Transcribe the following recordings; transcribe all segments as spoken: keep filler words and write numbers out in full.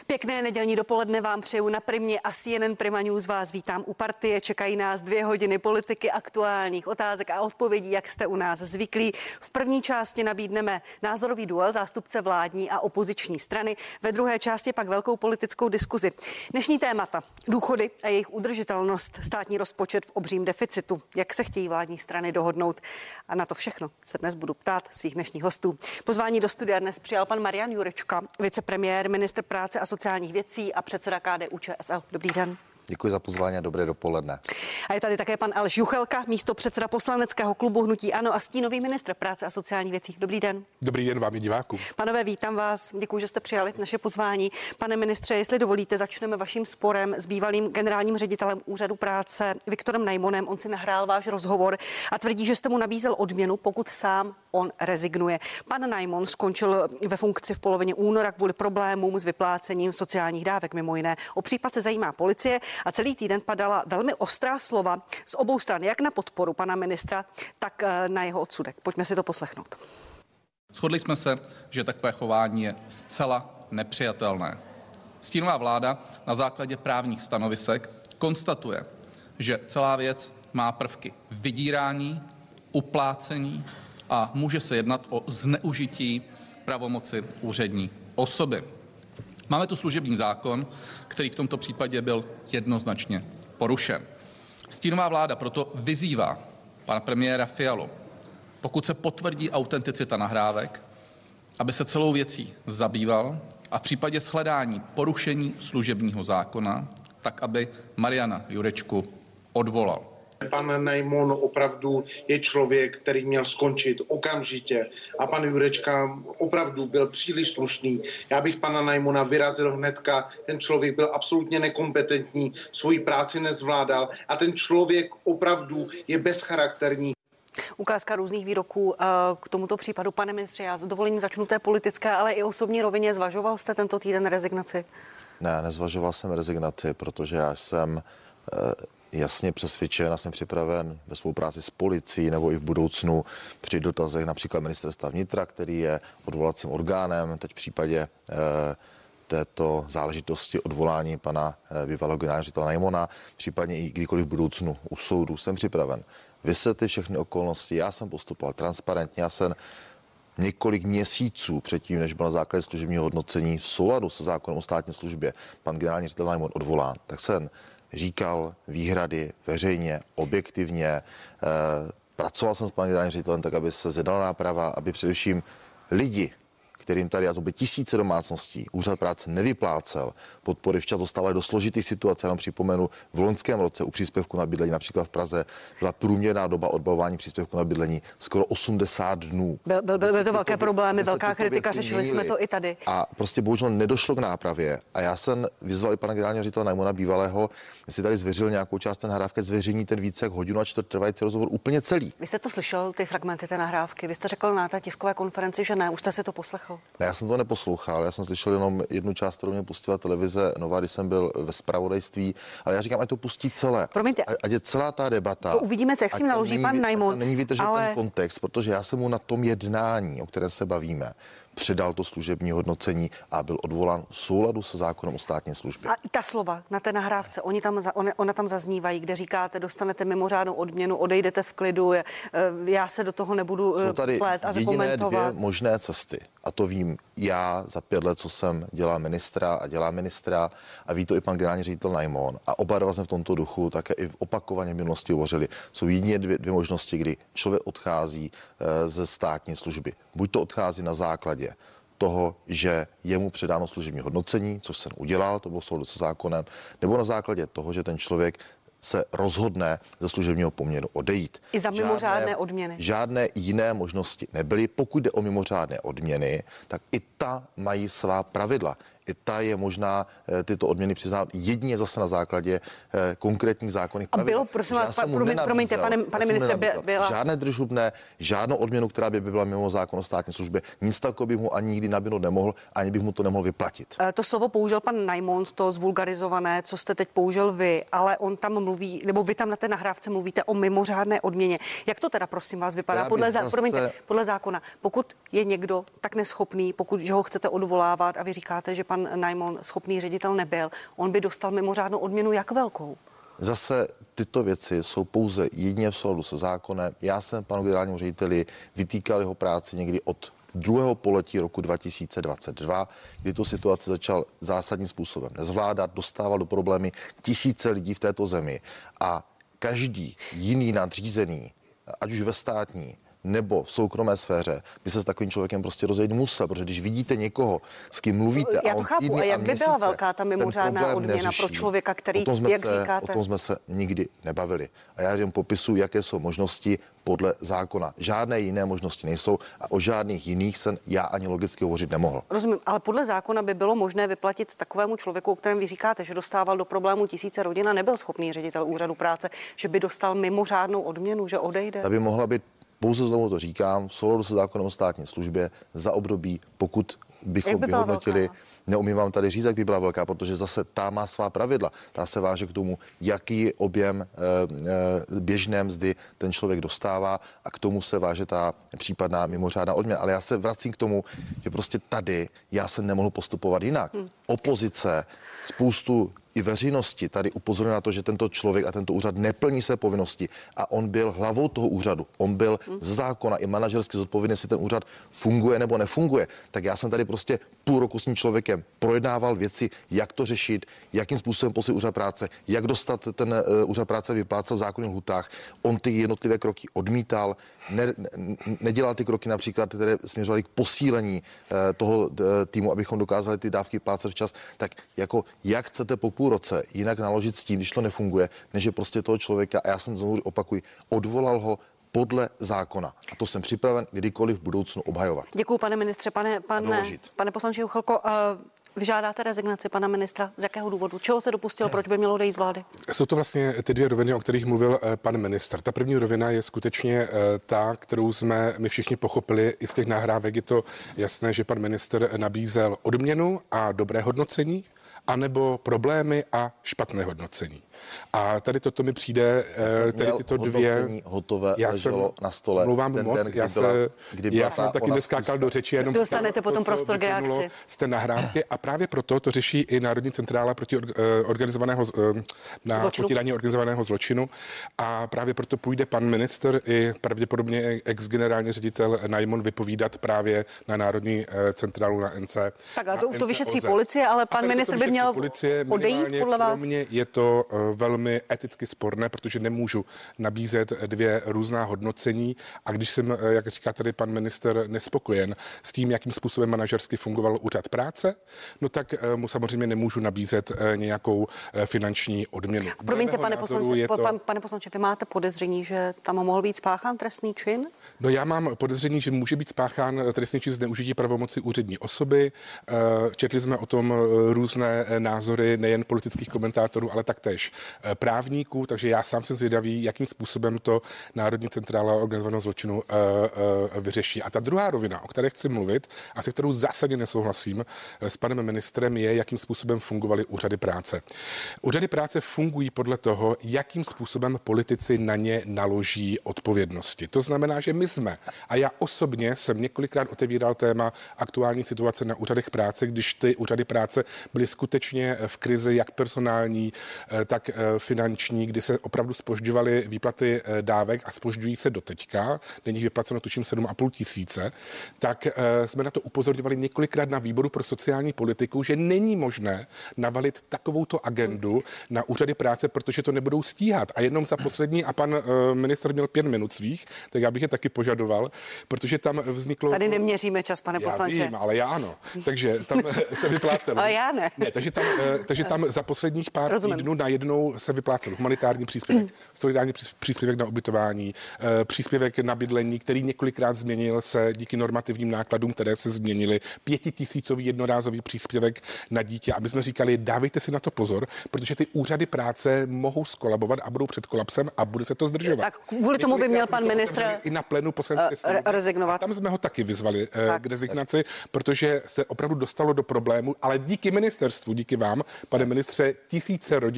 Pěkné nedělní dopoledne vám přeju na Primě a C N N Prima News vás vítám u partie. Čekají nás dvě hodiny politiky, aktuálních otázek a odpovědí, jak jste u nás zvyklí. V první části nabídneme názorový duel zástupce vládní a opoziční strany. Ve druhé části pak velkou politickou diskuzi. Dnešní témata: důchody a jejich udržitelnost, státní rozpočet v obřím deficitu. Jak se chtějí vládní strany dohodnout? A na to všechno se dnes budu ptát svých dnešních hostů. Pozvání do studia dnes přijal pan Marian Jurečka, vicepremiér, ministr práce a sociálních věcí a předseda K D U Č S L. Dobrý den. Děkuji za pozvání a dobré dopoledne. A je tady také pan Aleš Juchelka, místopředseda poslaneckého klubu Hnutí ANO a stínový ministr práce a sociálních věcí. Dobrý den. Dobrý den vám i divákům. Panové, vítám vás. Děkuji, že jste přijali naše pozvání. Pane ministře, jestli dovolíte, začneme vaším sporem s bývalým generálním ředitelem Úřadu práce Viktorem Najmonem. On si nahrál váš rozhovor a tvrdí, že jste mu nabízel odměnu, pokud sám on rezignuje. Pan Najmon skončil ve funkci v polovině února kvůli problémům s vyplácením sociálních dávek, mimo jiné. O případ se zajímá policie a celý týden padala velmi ostrá slova z obou stran, jak na podporu pana ministra, tak na jeho odsudek. Pojďme si to poslechnout. Shodli jsme se, že takové chování je zcela nepřijatelné. Stínová vláda na základě právních stanovisek konstatuje, že celá věc má prvky vydírání, uplácení a může se jednat o zneužití pravomoci úřední osoby. Máme tu služební zákon, který v tomto případě byl jednoznačně porušen. Stínová vláda proto vyzývá pana premiéra Fialu, pokud se potvrdí autenticita nahrávek, aby se celou věcí zabýval a v případě shledání porušení služebního zákona, tak aby Mariana Jurečku odvolal. Pan Najmon opravdu je člověk, který měl skončit okamžitě a pan Jurečka opravdu byl příliš slušný. Já bych pana Najmona vyrazil hnedka, ten člověk byl absolutně nekompetentní, svoji práci nezvládal a ten člověk opravdu je bezcharakterní. Ukázka různých výroků k tomuto případu. Pane ministře, já s dovolením začnu v té politické, ale i osobní rovině. Zvažoval jste tento týden rezignaci? Ne, nezvažoval jsem rezignaci, protože já jsem jasně přesvědčen a jsem připraven ve spolupráci s policií nebo i v budoucnu při dotazech například ministerstva vnitra, který je odvolacím orgánem, teď v případě eh, této záležitosti odvolání pana eh, bývalého generálního ředitele Najmona, případně i kdykoliv v budoucnu u soudu, jsem připraven vysvětlit všechny okolnosti. Já jsem postupoval transparentně, já jsem několik měsíců předtím, než byl na základě služebního hodnocení v souladu se zákonem o státní službě pan generální ředitel Najmon odvolán, tak jsem říkal výhrady veřejně, objektivně. E, pracoval jsem s panem generálním ředitelem tak, aby se zjednala náprava, aby především lidi, kterým tady, a to by tisíce domácností, úřad práce nevyplácel podpory, včas dostávali do složitých situací. Jenom připomenu, v loňském roce u příspěvku na bydlení, například v Praze, byla průměrná doba odbavování příspěvku na bydlení skoro osmdesát dnů. Byl, byl, byly to velké problémy, velká kritika, řešili jsme to i tady. A prostě bohužel nedošlo k nápravě. A já jsem vyzval i pana generálního ředitele Najmona bývalého, jestli tady zveřejnil nějakou část té nahrávky, zveřejní ten více jak hodinu a čtvrt trvající rozhovor úplně celý. Vy jste to slyšel, ty fragmenty té nahrávky? Vy jste řekl na té tiskové konferenci, že ne, už jste si to poslechl. Ne, já jsem to neposlouchal, já jsem slyšel jenom jednu část, kterou mě pustila televize Nova, když jsem byl ve zpravodajství, ale já říkám, ať to pustí celé. Promiňte. Ať je celá ta debata. To uvidíme, jak s tím naloží pan Najmon. Není vytržet ale... ten kontext, protože já jsem mu na tom jednání, o kterém se bavíme, předal to služební hodnocení a byl odvolán v souladu se zákonem o státní službě. A ta slova na té nahrávce, oni tam, ona, ona tam zaznívají, kde říkáte, dostanete mimořádnou odměnu, odejdete v klidu, já se do toho nebudu Jsou tady plést a jediné zakomentovat. dvě možné cesty. A to vím já za pět let, co jsem dělal ministra a dělá ministra a ví to i pan generální ředitel Najmon. A oba dva jsme v tomto duchu také i opakovaně v minulosti hovořili. Jsou jedině dvě, dvě možnosti, kdy člověk odchází e, ze státní služby. Buď to odchází na základě toho, že je mu předáno služební hodnocení, což jsem udělal, to bylo v souladu se zákonem, nebo na základě toho, že ten člověk se rozhodne ze služebního poměru odejít. I za mimořádné žádné, odměny. Žádné jiné možnosti nebyly. Pokud jde o mimořádné odměny, tak i ta mají svá pravidla. I ta je možná e, tyto odměny přiznat jedině zase na základě e, konkrétních zákonných pravidel. A bylo, prosím vás, promiň, promiňte, pane, pane ministře, byla... Žádné držubné, žádnou odměnu, která by byla mimo zákon o státní službě, nic takového bych mu ani nikdy nabídnout nemohl, ani bych mu to nemohl vyplatit. E, to slovo použil pan Najmon, to zvulgarizované, co jste teď použil vy, ale on tam mluví, nebo vy tam na té nahrávce mluvíte o mimořádné odměně. Jak to teda, prosím vás, vypadá podle, zá, zase... promiňte, podle zákona? Pokud je někdo tak neschopný, pokud že ho chcete odvolávat a vy říkáte, že pan pan Najmon schopný ředitel nebyl, on by dostal mimořádnou odměnu jak velkou? Zase tyto věci jsou pouze jedině v souladu se zákonem. Já jsem panu generálnímu řediteli vytýkal jeho práci někdy od druhého poletí roku dva tisíce dvacet dva, kdy tu situaci začal zásadním způsobem nezvládat, dostával do problémy tisíce lidí v této zemi a každý jiný nadřízený, ať už ve státní nebo v soukromé sféře, by se s takovým člověkem prostě rozejít musel, protože když vidíte někoho, s kým mluvíte Já a to on chápu, týdny a jak a by byla velká ta ten mimořádná problém odměna neřeší. pro člověka, který, o tom jsme jak se, říkáte? O tom jsme se nikdy nebavili. A já jen popisuju, jaké jsou možnosti podle zákona. Žádné jiné možnosti nejsou a o žádných jiných jsem já ani logicky hovořit nemohl. Rozumím, ale podle zákona by bylo možné vyplatit takovému člověku, o kterém vy říkáte, že dostával do problému tisíce rodin a nebyl schopný ředitel úřadu práce, že by dostal mimořádnou odměnu, že odejde? Ta by mohla být, pouze znovu to říkám, v souladu se zákonem o státní službě za období, pokud bychom Jak by byla vyhodnotili, velká? neumím vám tady říct, jak by byla velká, protože zase ta má svá pravidla. Ta se váže k tomu, jaký objem e, e, běžné mzdy ten člověk dostává a k tomu se váže ta případná mimořádná odměna. Ale já se vracím k tomu, že prostě tady já se nemohl postupovat jinak. Hmm. Opozice, spoustu i veřejnosti tady upozorňuje na to, že tento člověk a tento úřad neplní své povinnosti a on byl hlavou toho úřadu. On byl ze zákona i manažersky zodpovědný, jestli ten úřad funguje nebo nefunguje. Tak já jsem tady prostě půl roku s tím člověkem projednával věci, jak to řešit, jakým způsobem posílit úřad práce, jak dostat ten uh, úřad práce vyplácet v zákonných lhůtách. On ty jednotlivé kroky odmítal, ne, ne, nedělal ty kroky například, které směřovaly k posílení uh, toho uh, týmu, abychom dokázali ty dávky plácet včas. Tak jako jak chcete po půl roce jinak naložit s tím, když to nefunguje, než je prostě toho člověka, a já jsem znovu opakuji, odvolal ho podle zákona. A to jsem připraven kdykoliv v budoucnu obhajovat. Děkuju, pane ministře. Pane, pane, pane poslanče Juchelko, uh, vyžádáte rezignaci pana ministra? Z jakého důvodu? Čeho se dopustil? Proč by mělo odejít z vlády? Jsou to vlastně ty dvě roviny, o kterých mluvil pan ministr. Ta první rovina je skutečně ta, kterou jsme my všichni pochopili. I z těch nahrávek je to jasné, že pan ministr nabízel odměnu a dobré hodnocení, anebo problémy a špatné hodnocení. A tady toto mi přijde, tady tyto dvě... hotové já leželo jsem, na stole. Mluvám ten moc, den, já, byla, se, byla já jsem taky neskákal do řeči. Jenom dostanete potom to, prostor k reakci. Z té nahrávky a právě proto to řeší i Národní centrála proti organizovaného, na potírání organizovaného zločinu. A právě proto půjde pan ministr i pravděpodobně ex-generální ředitel Najmon vypovídat právě na Národní centrálu na N C. Tak a to, to vyšetří policie, ale pan ministr by měl policie, odejít podle vás? Pro mě je to velmi eticky sporné, protože nemůžu nabízet dvě různá hodnocení a když jsem, jak říká tady pan minister, nespokojen s tím, jakým způsobem manažersky fungoval úřad práce, no tak mu samozřejmě nemůžu nabízet nějakou finanční odměnu. Promiňte, pane poslanče, to... pan, pane poslanče, vy máte podezření, že tam mohl být spáchán trestný čin? No já mám podezření, že může být spáchán trestný čin zneužití pravomoci úřední osoby. Četli jsme o tom různé názory nejen politických komentátorů, ale taktéž právníků, takže já sám jsem zvědavý, jakým způsobem to Národní centrála organizovaného zločinu uh, uh, vyřeší. A ta druhá rovina, o které chci mluvit a se kterou zásadně nesouhlasím s panem ministrem, je, jakým způsobem fungovaly úřady práce. Úřady práce fungují podle toho, jakým způsobem politici na ně naloží odpovědnosti. To znamená, že my jsme, a já osobně jsem několikrát otevíral téma aktuální situace na úřadech práce, když ty úřady práce byly skutečně v krizi, jak personální, tak finanční, kdy se opravdu zpožďovaly výplaty dávek a zpožďují se do teďka, není jich vyplaceno tuším sedm a půl tisíce, tak jsme na to upozorňovali několikrát na výboru pro sociální politiku, že není možné navalit takovouto agendu na úřady práce, protože to nebudou stíhat. A jenom za poslední, a pan ministr měl pět minut svých, tak já bych je taky požadoval, protože tam vzniklo... Tady neměříme čas, pane poslanče. Já vím, ale já ano. Takže tam se vyplácelo. Ale já ne. ne takže, tam, takže tam za posledních pár Rozumím. týdnů najednou se vyplácel humanitární příspěvek, solidární příspěvek na ubytování, příspěvek na bydlení, který několikrát změnil se díky normativním nákladům, které se změnily, pětitisícový jednorázový příspěvek na dítě. A my jsme říkali, dávejte si na to pozor, protože ty úřady práce mohou skolabovat a budou před kolapsem a bude se to zdržovat. Tak kvůli tomu by měl pan ministr i na plénu poslanecké sněmovny. Rezignovat. Tam jsme ho taky vyzvali tak. k rezignaci, protože se opravdu dostalo do problému, ale díky ministerstvu, díky vám, pane ministře, tisíce rodin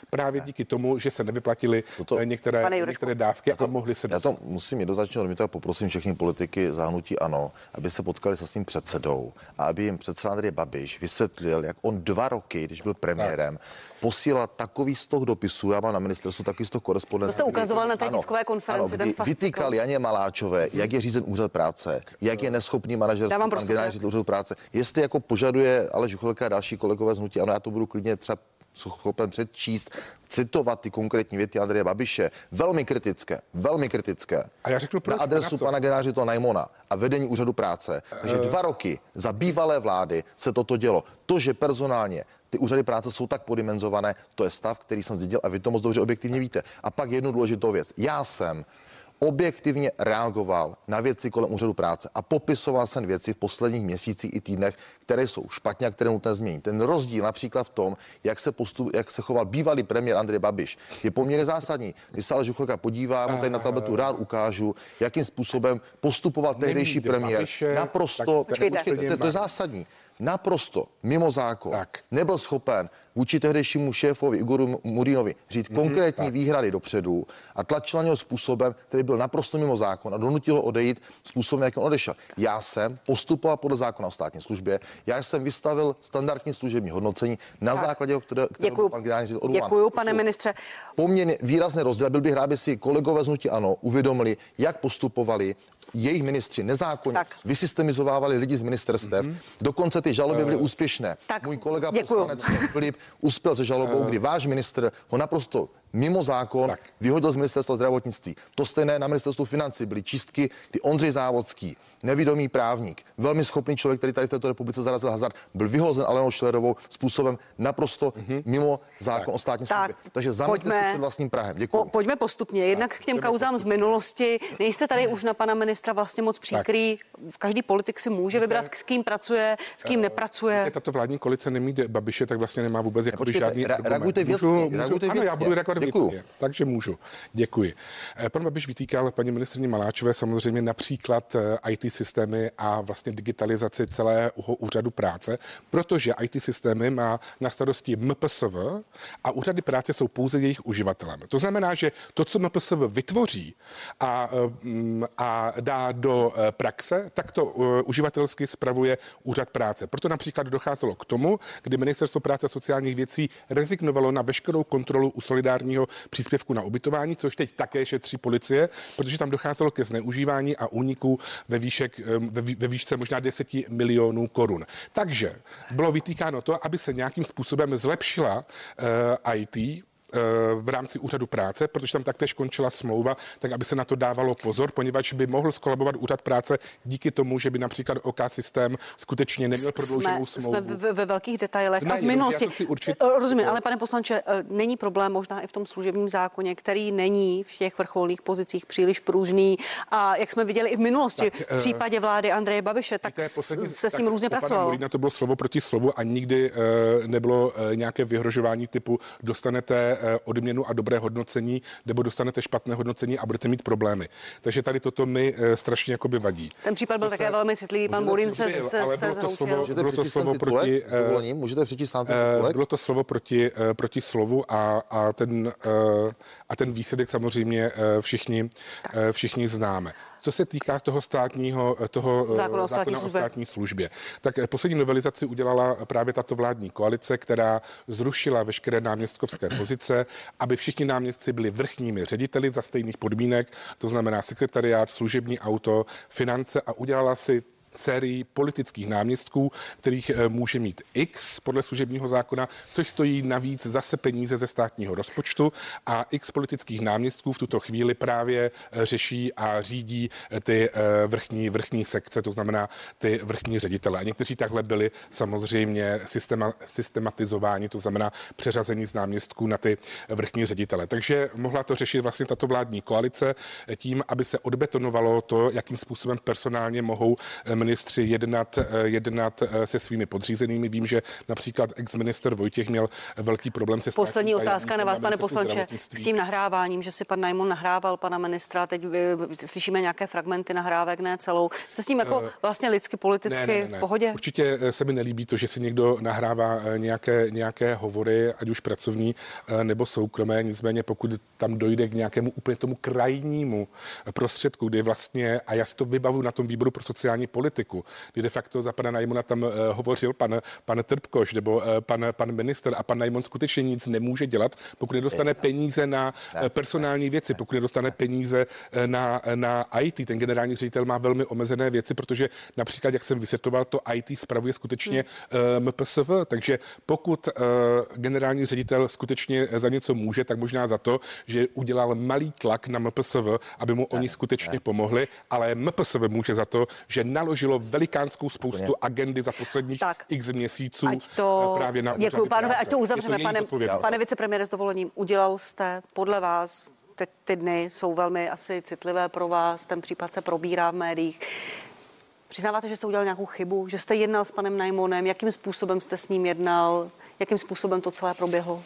právě díky tomu, že se nevyplatily to, některé, některé dávky to, a mohly se Já to musím jednoznačně odmítat a poprosím všechny politiky zahnutí ANO, aby se potkali se svým předsedou a aby jim předseda Andrej Babiš vysvětlil, jak on dva roky, když byl premiérem, posílal takový z toho dopisů, já mám na ministerstvu takový z toho korespondence. To jste ukazoval na té tiskové konferenci, ten fascikl. Vytýkal Janě Maláčové, jak je řízen úřad práce, jak je neschopný manažer, pan generální ředitel úřadu práce. Jestli jako požaduje Aleš Juchelka a další kolegové z hnutí ANO, já to budu klidně třeba schopen předčíst, citovat ty konkrétní věty Andreje Babiše. Velmi kritické, velmi kritické. A já řeknu proč, na adresu pana generáře toho Najmona a vedení úřadu práce. Takže dva roky za bývalé vlády se toto dělo. To, že personálně ty úřady práce jsou tak podimenzované, to je stav, který jsem zdědil a vy to moc dobře objektivně víte. A pak jednu důležitou věc. Já jsem objektivně reagoval na věci kolem úřadu práce a popisoval jsem věci v posledních měsících i týdnech, které jsou špatně a které nutné změnit. Ten rozdíl například v tom, jak se, postup, jak se choval bývalý premiér Andrej Babiš, je poměrně zásadní. Když se Aleš Juchelka podívá, mu tady na tabletu rád ukážu, jakým způsobem postupoval tehdejší premiér. Babiše, naprosto, počkejte, to, to je zásadní. Naprosto mimo zákon tak. Nebyl schopen vůči tehdejšímu šéfovi Igoru Murínovi říct mm-hmm, konkrétní tak. výhrady dopředu a tlačil na něho způsobem, který byl naprosto mimo zákon a donutil ho odejít způsobem, jak on odešel. Já jsem postupoval podle zákona o státní službě, já jsem vystavil standardní služební hodnocení na tak. základě, které, které byl pan generální ředitel odvolán. Děkuju, pane ministře. Poměrně výrazné rozdíly. Byl bych rád, aby si kolegové z hnutí ANO uvědomili, jak postupovali jejich ministři nezákonně, tak. vysystemizovávali lidi z ministerstev, mm-hmm. dokonce ty žaloby byly úspěšné. Tak, Můj kolega děkuju. poslanec Filip uspěl se žalobou, kdy váš ministr ho naprosto mimo zákon tak. vyhodil z ministerstva zdravotnictví. To stejné na ministerstvu financí byly čistky, kdy Ondřej Závodský, nevidomý právník, velmi schopný člověk, který tady v této republice zarazil hazard, byl vyhozen Alenou Schillerovou způsobem naprosto mm-hmm. mimo zákon tak. o státní službě. Tak, takže zaměťte si před vlastním prahem. Děkuji. Po, pojďme postupně. Jednak tak, k těm kauzám postupně. z minulosti. Nejste tady už na pana ministra vlastně moc příkrý. Tak. Každý politik si může vybrat, s kým pracuje, s kým uh, nepracuje. Tato vládní koalice nemí Babiše, tak vlastně nemá vůbec jako žádný ra- reagujte věcně. Reagujte ano, já budu reagovat věcně. Takže můžu. Děkuji. Pan Babiš vytýkal paní ministryni Maláčové samozřejmě například í té systémy a vlastně digitalizaci celého úřadu práce, protože í té systémy má na starosti M P S V a úřady práce jsou pouze jejich uživatelem. To znamená, že to, co M P S V vytvoří a, a dá do praxe, tak to uživatelsky spravuje úřad práce. Proto například docházelo k tomu, kdy Ministerstvo práce a sociálních věcí rezignovalo na veškerou kontrolu u solidárního příspěvku na ubytování, což teď také šetří policie, protože tam docházelo ke zneužívání a úniku ve, výšek, ve, ve výšce možná deset milionů korun. Takže bylo vytýkáno to, aby se nějakým způsobem zlepšila uh, í té v rámci úřadu práce, protože tam taktéž končila smlouva, tak aby se na to dávalo pozor, poněvadž by mohl skolabovat úřad práce díky tomu, že by například O K systém skutečně neměl prodlouženou jsme, smlouvu. Jsme ve, ve velkých detailech jsme a v minulosti. Určit... Rozumím, ale pane poslanče, není problém možná i v tom služebním zákoně, který není v těch vrcholných pozicích příliš pružný a jak jsme viděli i v minulosti tak, v případě vlády Andreje Babiše, tak poslední, se s tím různě pracovalo. Molína to bylo slovo proti slovu a nikdy uh, nebylo uh, nějaké vyhrožování typu dostanete odměnu a dobré hodnocení, nebo dostanete špatné hodnocení a budete mít problémy. Takže tady toto mi e, strašně jakoby vadí. Ten případ byl to také se, velmi citlivý, pan Molín se se se zhroutil. Bylo to slovo proti můžete přečíst sám ten titulek? Bylo to slovo proti proti slovu a a ten a ten výsledek samozřejmě všichni všichni známe. Co se týká toho státního, toho zákona o státní, o státní službě, tak poslední novelizaci udělala právě tato vládní koalice, která zrušila veškeré náměstkovské pozice, aby všichni náměstci byli vrchními řediteli za stejných podmínek, to znamená sekretariát, služební auto, finance a udělala si sérii politických náměstků, kterých může mít X podle služebního zákona, což stojí navíc zase peníze ze státního rozpočtu a X politických náměstků v tuto chvíli právě řeší a řídí ty vrchní, vrchní sekce, to znamená ty vrchní ředitele. A někteří takhle byli samozřejmě systema, systematizováni, to znamená přeřazení z náměstků na ty vrchní ředitele. Takže mohla to řešit vlastně tato vládní koalice tím, aby se odbetonovalo to, jakým způsobem personálně mohou ministři jednat, jednat se svými podřízenými. Vím, že například ex-minister Vojtěch měl velký problém se Poslední otázka na vás, pane poslanče, s tím nahráváním, že si pan Najmon nahrával pana ministra, teď slyšíme nějaké fragmenty nahrávek, ne celou. Jste s tím jako vlastně lidsky, politicky ne, ne, ne. v pohodě? Určitě se mi nelíbí to, že si někdo nahrává nějaké, nějaké hovory, ať už pracovní nebo soukromé, nicméně pokud tam dojde k nějakému úplně tomu krajnímu prostředku, kdy vlastně, a já si to vybavu na tom výboru pro sociální politiku, kdy de facto za pana Najmona tam uh, hovořil pan, pan Trpkoš nebo uh, pan, pan minister a pan Najmon skutečně nic nemůže dělat, pokud nedostane peníze na uh, personální věci, pokud nedostane peníze uh, na, na í té. Ten generální ředitel má velmi omezené věci, protože například, jak jsem vysvětloval, to í té spravuje skutečně uh, M P S V, takže pokud uh, generální ředitel skutečně za něco může, tak možná za to, že udělal malý tlak na M P S V, aby mu oni skutečně pomohli, ale M P S V může za to, že naložilo velikánskou spoustu agendy za posledních tak, x měsíců ať to, právě na děkuji, pánové, ať to uzavřeme. To pane, pane vicepremiére, s dovolením, udělal jste podle vás, teď ty dny jsou velmi asi citlivé pro vás, ten případ se probírá v médiích. Přiznáváte, že jste udělal nějakou chybu, že jste jednal s panem Najmonem, jakým způsobem jste s ním jednal, jakým způsobem to celé proběhlo?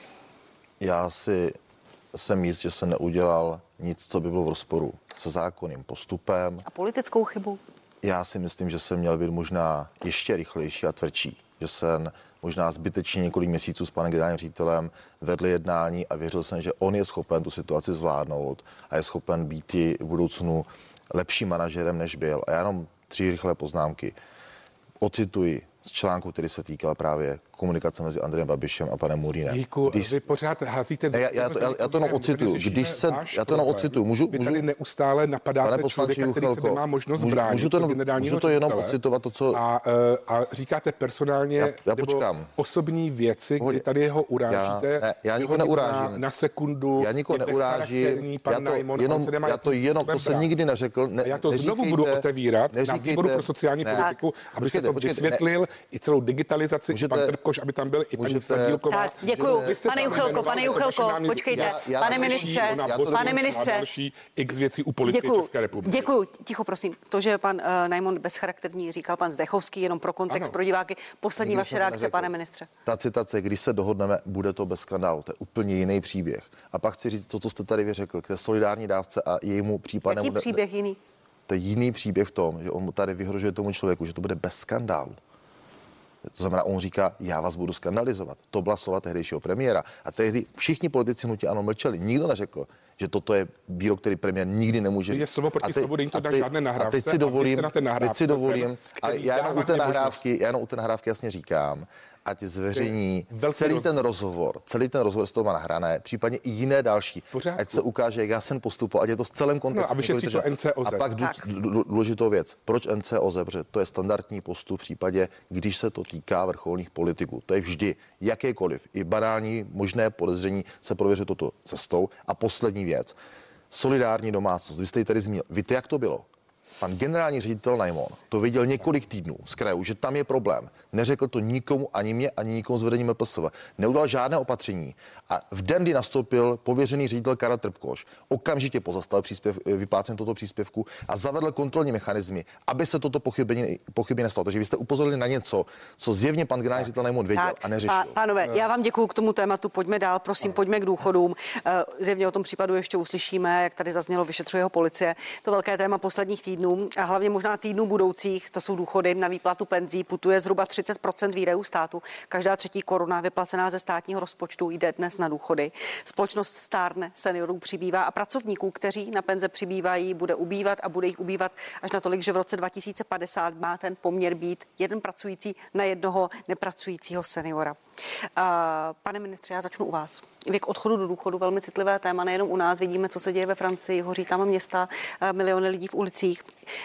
Já si jsem jist, že jsem neudělal nic, co by bylo v rozporu se zákonným postupem. A politickou chybu? Já si myslím, že jsem měl být možná ještě rychlejší a tvrdší. Že jsem možná zbytečně několik měsíců s panem generálním ředitelem vedl jednání a věřil jsem, že on je schopen tu situaci zvládnout a je schopen být i v budoucnu lepším manažerem, než byl. A já jenom tři rychlé poznámky. Ocituji z článku, který se týkal právě komunikace mezi Andrejem Babišem a panem Murínem. Jíku, když... vy pořád házíte... Já, já, to, já, já to jenom ocituju. Když se, já to jenom ocituju. Můžu, vy tady neustále napadáte pane člověka, Juchelko, který se nemá možnost můžu, bránit. Můžu to, jenom, můžu to jenom ocitovat to, co... A, a říkáte personálně já, já nebo osobní věci, kdy tady ho urážíte. Já, ne, já nikoho neurážím. Na, na sekundu. Já nikoho neurážím. Pan já to Najmon, jenom, já to jenom, to jsem nikdy neřekl. Ne, já to znovu budu otevírat na výboru pro sociální politiku, aby se to vysvětlil i celou digitalizaci, i pan Trpkoš, aby tam byl i paní Sadílková. Tak, děkuju. Pane Juchelko, pane Juchelko, počkejte. Pane ministře, pane ministře. X věcí u policie České republiky. Děkuju. Ticho, prosím. To, že pan uh, Najmon bezcharakterní, říkal pan Zdechovský, jenom pro kontext, ano. Pro diváky. Poslední vaše reakce, neřekl. Pane ministře. Ta citace, když se dohodneme, bude to bez skandálu. To je úplně jiný příběh. A pak chci říct to, co jste tady vyřekl, k té solidární dávce a jejímu případnému... Jaký příběh jiný? To je jiný příběh v tom, že on mu tady vyhrožuje tomu člověku, že to bude bez skandálu. To znamená, on říká, já vás budu skandalizovat. To byla slova tehdejšího premiéra. A tehdy všichni politici hnutí ANO mlčeli. Nikdo neřekl, že toto je výrok, který premiér nikdy nemůže říct. Je slovo proti slovu, není to na žádné nahrávce. A teď si dovolím, teď si dovolím, ten, ale já jenom u té nahrávky, já jenom u té nahrávky jasně říkám, ať zveřejní celý rozhovor. ten rozhovor, celý ten rozhovor z toho má nahrané, případně i jiné další. Pořádku. Ať se ukáže, jak já jsem postupoval, ať je to v celém kontextu. No, a vyšetří to N C O Z. A pak důležitou věc. Proč N C O Z? Protože to je standardní postup v případě, když se to týká vrcholných politiků. To je vždy jakékoliv, i banální možné podezření se prověří toto cestou. A poslední věc. Solidární domácnost. Vy jste ji tady zmínil. Víte, jak to bylo? Pan generální ředitel Najmon to viděl několik týdnů z krajů, že tam je problém. Neřekl to nikomu, ani mě, ani nikomu z vedení M P S V. Neudělal žádné opatření. A v den, kdy nastoupil pověřený ředitel Karel Trpkoš, okamžitě pozastavil příspěv, vyplácení tohoto příspěvku a zavedl kontrolní mechanismy, aby se toto pochybení, pochybení nestalo. Takže vy jste upozorili na něco, co zjevně pan generální ředitel Najmon věděl tak, a neřešil. Pá, pánové, já vám děkuju k tomu tématu. Pojďme dál, prosím, pojďme k důchodům. Zjevně o tom případu ještě uslyšíme, jak tady zaznělo, vyšetřuje ho policie. To velké téma posledních týdnů a hlavně možná týdnů budoucích, to jsou důchody. Na výplatu penzí putuje zhruba třicet procent výdajů státu. Každá třetí koruna vyplacená ze státního rozpočtu jde dnes na důchody. Společnost stárne, seniorů přibývá a pracovníků, kteří na penze přibývají, bude ubývat a bude jich ubývat až natolik, že v roce dva tisíce padesát má ten poměr být jeden pracující na jednoho nepracujícího seniora. Pane ministře, já začnu u vás. Věk odchodu do důchodu, velmi citlivé téma, nejenom u nás. Vidíme, co se děje ve Francii, hoří tam města, miliony lidí v ulicích.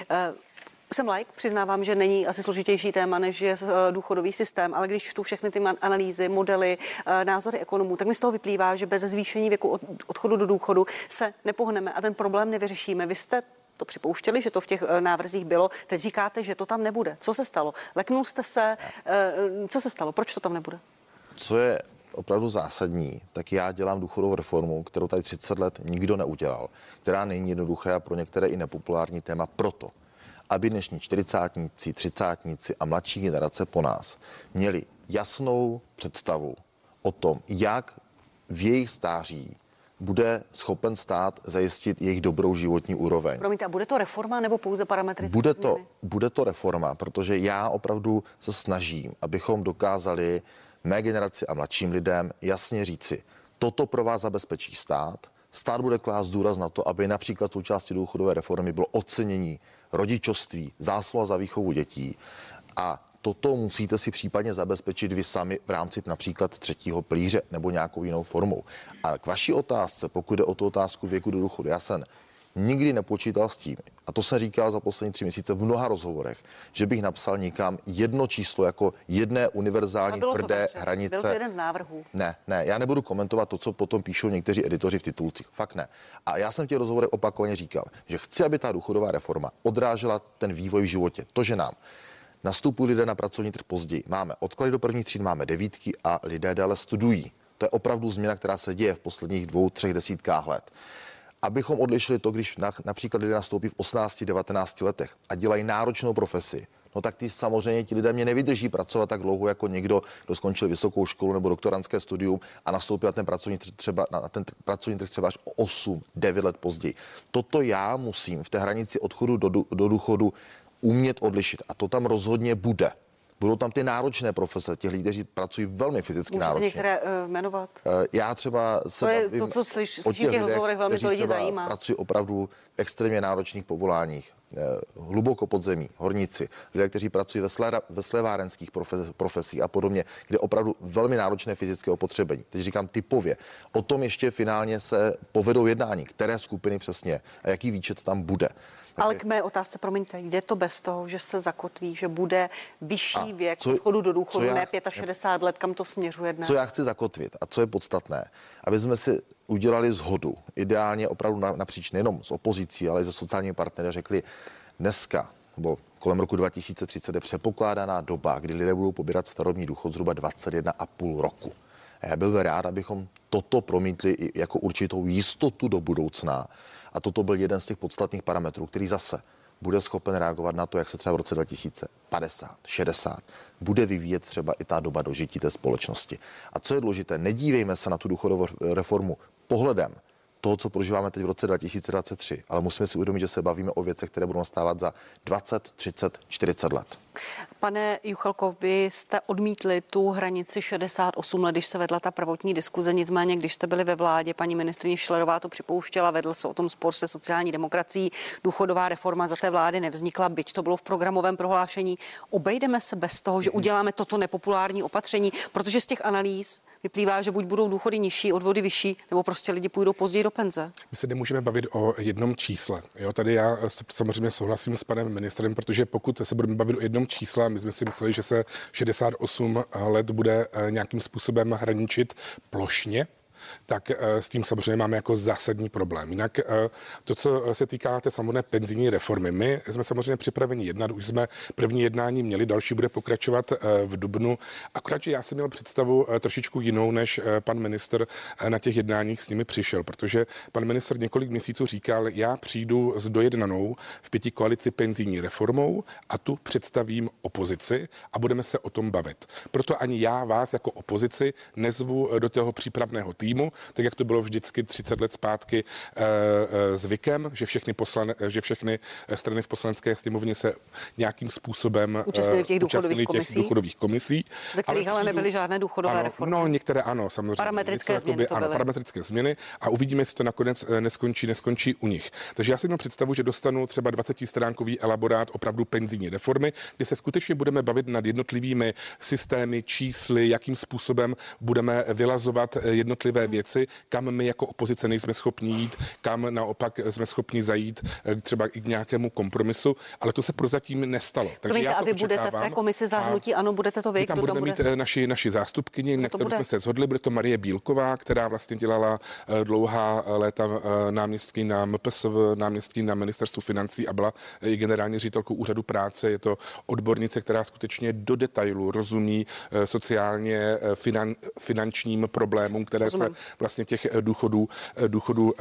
Jsem laik, přiznávám, že není asi složitější téma, než je důchodový systém, ale když čtu všechny ty analýzy, modely, názory ekonomů, tak mi z toho vyplývá, že bez zvýšení věku odchodu do důchodu se nepohneme a ten problém nevyřešíme. Vy jste to připouštěli, že to v těch návrzích bylo. Teď říkáte, že to tam nebude. Co se stalo? Leknul jste se? Co se stalo? Proč to tam nebude? Co je opravdu zásadní, tak já dělám důchodovou reformu, kterou tady třicet let nikdo neudělal, která není jednoduchá a pro některé i nepopulární téma proto, aby dnešní čtyřicátníci, třicátníci a mladší generace po nás měli jasnou představu o tom, jak v jejich stáří bude schopen stát zajistit jejich dobrou životní úroveň. Promiňte, a bude to reforma nebo pouze parametrické Bude to, změny? bude to reforma, protože já opravdu se snažím, abychom dokázali mé generaci a mladším lidem jasně říci, toto pro vás zabezpečí stát. Stát bude klást důraz na to, aby například součástí důchodové reformy bylo ocenění rodičovství, zásluha za výchovu dětí a toto musíte si případně zabezpečit vy sami v rámci například třetího pilíře nebo nějakou jinou formou. A k vaší otázce, pokud jde o tu otázku věku do důchodu, já jsem nikdy nepočítal s tím, a to jsem říkal za poslední tři měsíce v mnoha rozhovorech, že bych napsal někam jedno číslo jako jedné univerzální tvrdé hranice. Byl to jeden z návrhů. Ne, ne, já nebudu komentovat to, co potom píšou někteří editoři v titulcích. Fakt ne. A já jsem v těch rozhovorech opakovaně říkal, že chci, aby ta důchodová reforma odrážela ten vývoj v životě. To, že nám nastupují lidé na pracovní trh později. Máme odklady do prvních tříd, máme devítky a lidé dále studují. To je opravdu změna, která se děje v posledních dvou, třech desítkách let. Abychom odlišili to, když na, například lidé nastoupí v osmnácti, devatenácti letech a dělají náročnou profesi, no tak ty samozřejmě ti lidé mě nevydrží pracovat tak dlouho jako někdo, kdo skončil vysokou školu nebo doktorantské studium a nastoupil na ten pracovní trh třeba, na ten pracovní trh třeba až o osm, devět let později. Toto já musím v té hranici odchodu do, do důchodu umět odlišit a to tam rozhodně bude. Budou tam ty náročné profese, těch lidí, kteří pracují velmi fyzicky Můžete náročně. některé uh, jmenovat? Uh, já třeba se To je bavím to, co slyš, o slyším v těch rozhovorech, velmi to lidi třeba zajímá. pracují opravdu v extrémně náročných povoláních, uh, hluboko pod zemí, horníci, lidé, kteří pracují ve, slé, ve slévárenských profes, profesích a podobně, kde opravdu velmi náročné fyzické opotřebení. Teď říkám typově. O tom ještě finálně se povedou jednání, které skupiny přesně a jaký výčet tam bude. Ale k mé otázce, promiňte, jde to bez toho, že se zakotví, že bude vyšší A věk co- odchodu do důchodu, co já- ne šedesát pět let, kam to směřuje dnes? Co já chci zakotvit a co je podstatné, aby jsme si udělali shodu, ideálně opravdu napříč nejenom s opozicí, ale i se sociálními partnery, řekli dneska, nebo kolem roku dva tisíce třicet je předpokládaná doba, kdy lidé budou pobírat starobní důchod zhruba dvacet jedna a půl roku. A já byl rád, abychom toto promítli i jako určitou jistotu do budoucna. A toto byl jeden z těch podstatných parametrů, který zase bude schopen reagovat na to, jak se třeba v roce dva tisíce padesát, šedesát bude vyvíjet třeba i ta doba dožití té společnosti. A co je důležité, nedívejme se na tu důchodovou reformu pohledem toho, co prožíváme teď v roce dva tisíce dvacet tři, ale musíme si uvědomit, že se bavíme o věcech, které budou nastávat za dvacet, třicet, čtyřicet let. Pane Juchelko, vy jste odmítli tu hranici šedesát osm let, když se vedla ta prvotní diskuze, nicméně, když jste byli ve vládě, paní ministryně Schillerová to připouštěla, vedl se o tom spor se sociální demokracií, důchodová reforma za té vlády nevznikla, byť to bylo v programovém prohlášení. Obejdeme se bez toho, že uděláme toto nepopulární opatření, protože z těch analýz vyplývá, že buď budou důchody nižší, odvody vyšší, nebo prostě lidi půjdou později do penze. My se nemůžeme bavit o jednom čísle. Jo, tady já samozřejmě souhlasím s panem ministrem, protože pokud se budeme bavit o jednom čísle, my jsme si mysleli, že se šedesát osm let bude nějakým způsobem hraničit plošně, tak s tím samozřejmě máme jako zásadní problém. Jinak to, co se týká té samotné penzijní reformy, my jsme samozřejmě připraveni jednat, už jsme první jednání měli, další bude pokračovat v dubnu. Akorát, že já jsem měl představu trošičku jinou, než pan ministr na těch jednáních s nimi přišel, protože pan ministr několik měsíců říkal, já přijdu s dojednanou v pěti koalici penzijní reformou a tu představím opozici a budeme se o tom bavit. Proto ani já vás jako opozici nezvu do toho přípravného týmu, tak jak to bylo vždycky třicet let zpátky e, e, zvykem, že všechny, poslane, že všechny strany v poslanecké sněmovně se nějakým způsobem účastnili v těch důchodových, těch komisí, důchodových komisí. Ze kterých ale, ale nebyly žádné důchodové ano, reformy. No, některé ano, samozřejmě. Parametrické Něco, změny to ano, byly. parametrické změny a uvidíme, jestli to nakonec neskončí, neskončí u nich. Takže já si mám představu, že dostanu třeba dvacetistránkový elaborát opravdu penzijní reformy, kde se skutečně budeme bavit nad jednotlivými systémy, čísly, jakým způsobem budeme vylazovat jednotlivé věci, kam my jako opozice nejsme schopni jít, kam naopak jsme schopni zajít třeba i k nějakému kompromisu, ale to se prozatím nestalo. Takže Promiňte, já a vy budete v té komisi zahrnutí, ano, budete to vy, my tam kdo budeme tam bude? mít naši, naši zástupkyni, na kterou bude? jsme se shodli, bude to Marie Bílková, která vlastně dělala dlouhá léta náměstky na M P S V, náměstky na ministerstvu financí a byla i generální ředitelkou úřadu práce. Je to odbornice, která skutečně do detailu rozumí sociálně finan, finančním problémům, které Rozumím. vlastně těch důchodů, důchodů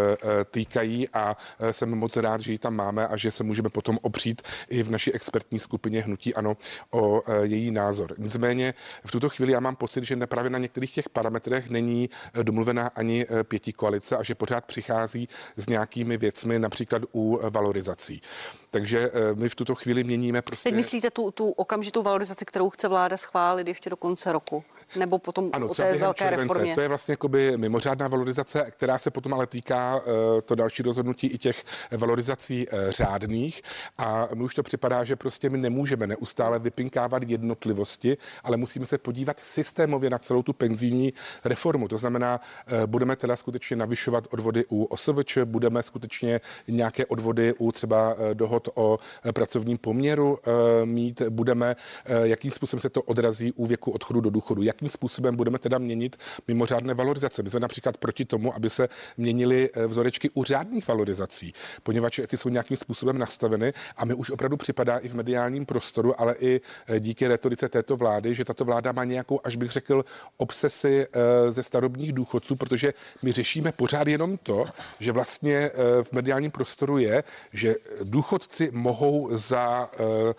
týkají a jsem moc rád, že ji tam máme a že se můžeme potom opřít i v naší expertní skupině Hnutí ANO o její názor. Nicméně v tuto chvíli já mám pocit, že právě na některých těch parametrech není domluvená ani pěti koalice a že pořád přichází s nějakými věcmi, například u valorizací. Takže my v tuto chvíli měníme prostě... Teď myslíte tu, tu okamžitou valorizaci, kterou chce vláda schválit ještě do konce roku? Nebo potom ano, o té velké července. reformě? To je vlastně jakoby mimořádná valorizace, která se potom ale týká to další rozhodnutí i těch valorizací řádných. A mi už to připadá, že prostě my nemůžeme neustále vypinkávat jednotlivosti, ale musíme se podívat systémově na celou tu penzijní reformu. To znamená, budeme teda skutečně navyšovat odvody u O S V Č, budeme skutečně nějaké odvody u třeba dohod o pracovním poměru mít, budeme, jakým způsobem se to odrazí u věku odchodu do důchodu, jakým způsobem budeme teda měnit mimořádné valorizace. My jsme například proti tomu, aby se měnily vzorečky u řádných valorizací, poněvadž ty jsou nějakým způsobem nastaveny a mi už opravdu připadá i v mediálním prostoru, ale i díky retorice této vlády, že tato vláda má nějakou, až bych řekl, obsesi ze starobních důchodců, protože my řešíme pořád jenom to, že vlastně v mediálním prostoru je, že důchodci mohou za,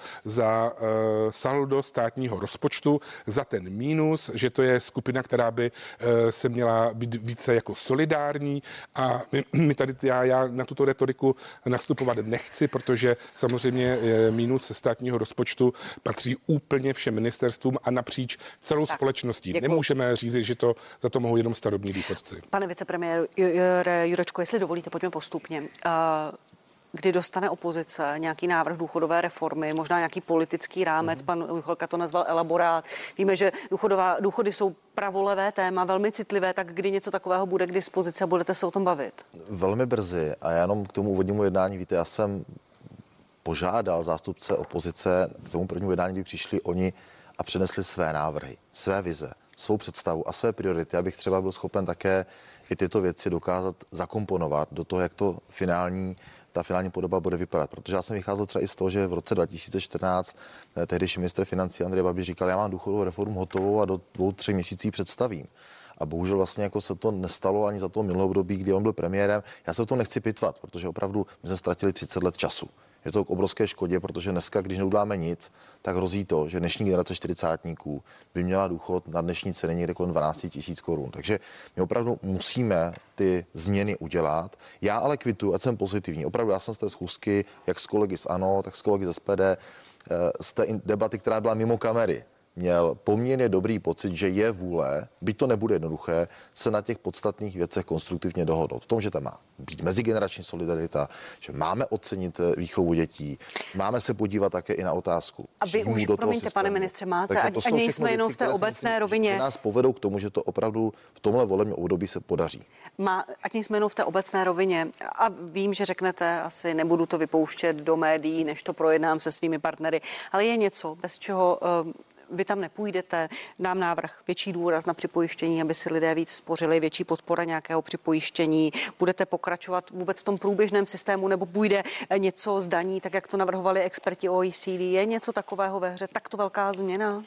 za saldo státního rozpočtu, za ten mínus, že to je skupina, která by se měla být více jako solidární a my, my tady, já, já na tuto retoriku nastupovat nechci, protože samozřejmě mínus státního rozpočtu patří úplně všem ministerstvům a napříč celou tak, společností. Děkuju. Nemůžeme říct, že to za to mohou jenom starobní důchodci. Pane vicepremiéru Jurečko, jestli dovolíte, pojďme postupně. Kdy dostane opozice nějaký návrh důchodové reformy, možná nějaký politický rámec, mm. pan Juchelka to nazval elaborát. Víme, že důchodová, důchody jsou pravolevé téma, velmi citlivé, tak kdy něco takového bude k dispozici a budete se o tom bavit? Velmi brzy a já jenom k tomu úvodnímu jednání, víte, já jsem požádal zástupce opozice k tomu prvnímu jednání, kdy přišli oni a přinesli své návrhy, své vize, svou představu a své priority, abych třeba byl schopen také i tyto věci dokázat zakomponovat do toho, jak to finální ta finální podoba bude vypadat. Protože já jsem vycházel třeba i z toho, že v roce dva tisíce čtrnáct tehdejší ministr financí Andrej Babiš říkal, já mám důchodovou reformu hotovou a do dvou, třech měsíců představím. A bohužel vlastně jako se to nestalo ani za toho minulého období, kdy on byl premiérem. Já se o tom nechci pitvat, protože opravdu my jsme ztratili třicet let času. Je to k obrovské škodě, protože dneska, když neuděláme nic, tak hrozí to, že dnešní generace čtyřicátníků by měla důchod na dnešní ceny někde kolem dvanáct tisíc korun. Takže my opravdu musíme ty změny udělat. Já ale kvitu, ať jsem pozitivní. Opravdu já jsem z té schůzky, jak s kolegy z ANO, tak s kolegy z S P D, z té debaty, která byla mimo kamery, měl poměrně dobrý pocit, že je vůle, byť to nebude jednoduché, se na těch podstatných věcech konstruktivně dohodnout. V tom, že tam má být mezigenerační solidarita, že máme ocenit výchovu dětí, máme se podívat také i na otázku. A vy už, promiňte, pane ministře, máte, ať nejsme jenom v té obecné myslím, rovině. Že nás povedou k tomu, že to opravdu v tomhle volebním období se podaří. Má, ať nejsme jenom v té obecné rovině. A vím, že řeknete, asi nebudu to vypouštět do médií, než to projednám se svými partnery, ale je něco, bez čeho uh, vy tam nepůjdete, dám návrh, větší důraz na připojištění, aby si lidé víc spořili, větší podpora nějakého připojištění. Budete pokračovat vůbec v tom průběžném systému, nebo půjde něco z daní, tak jak to navrhovali experti O E C D? Je něco takového ve hře? Takto velká změna?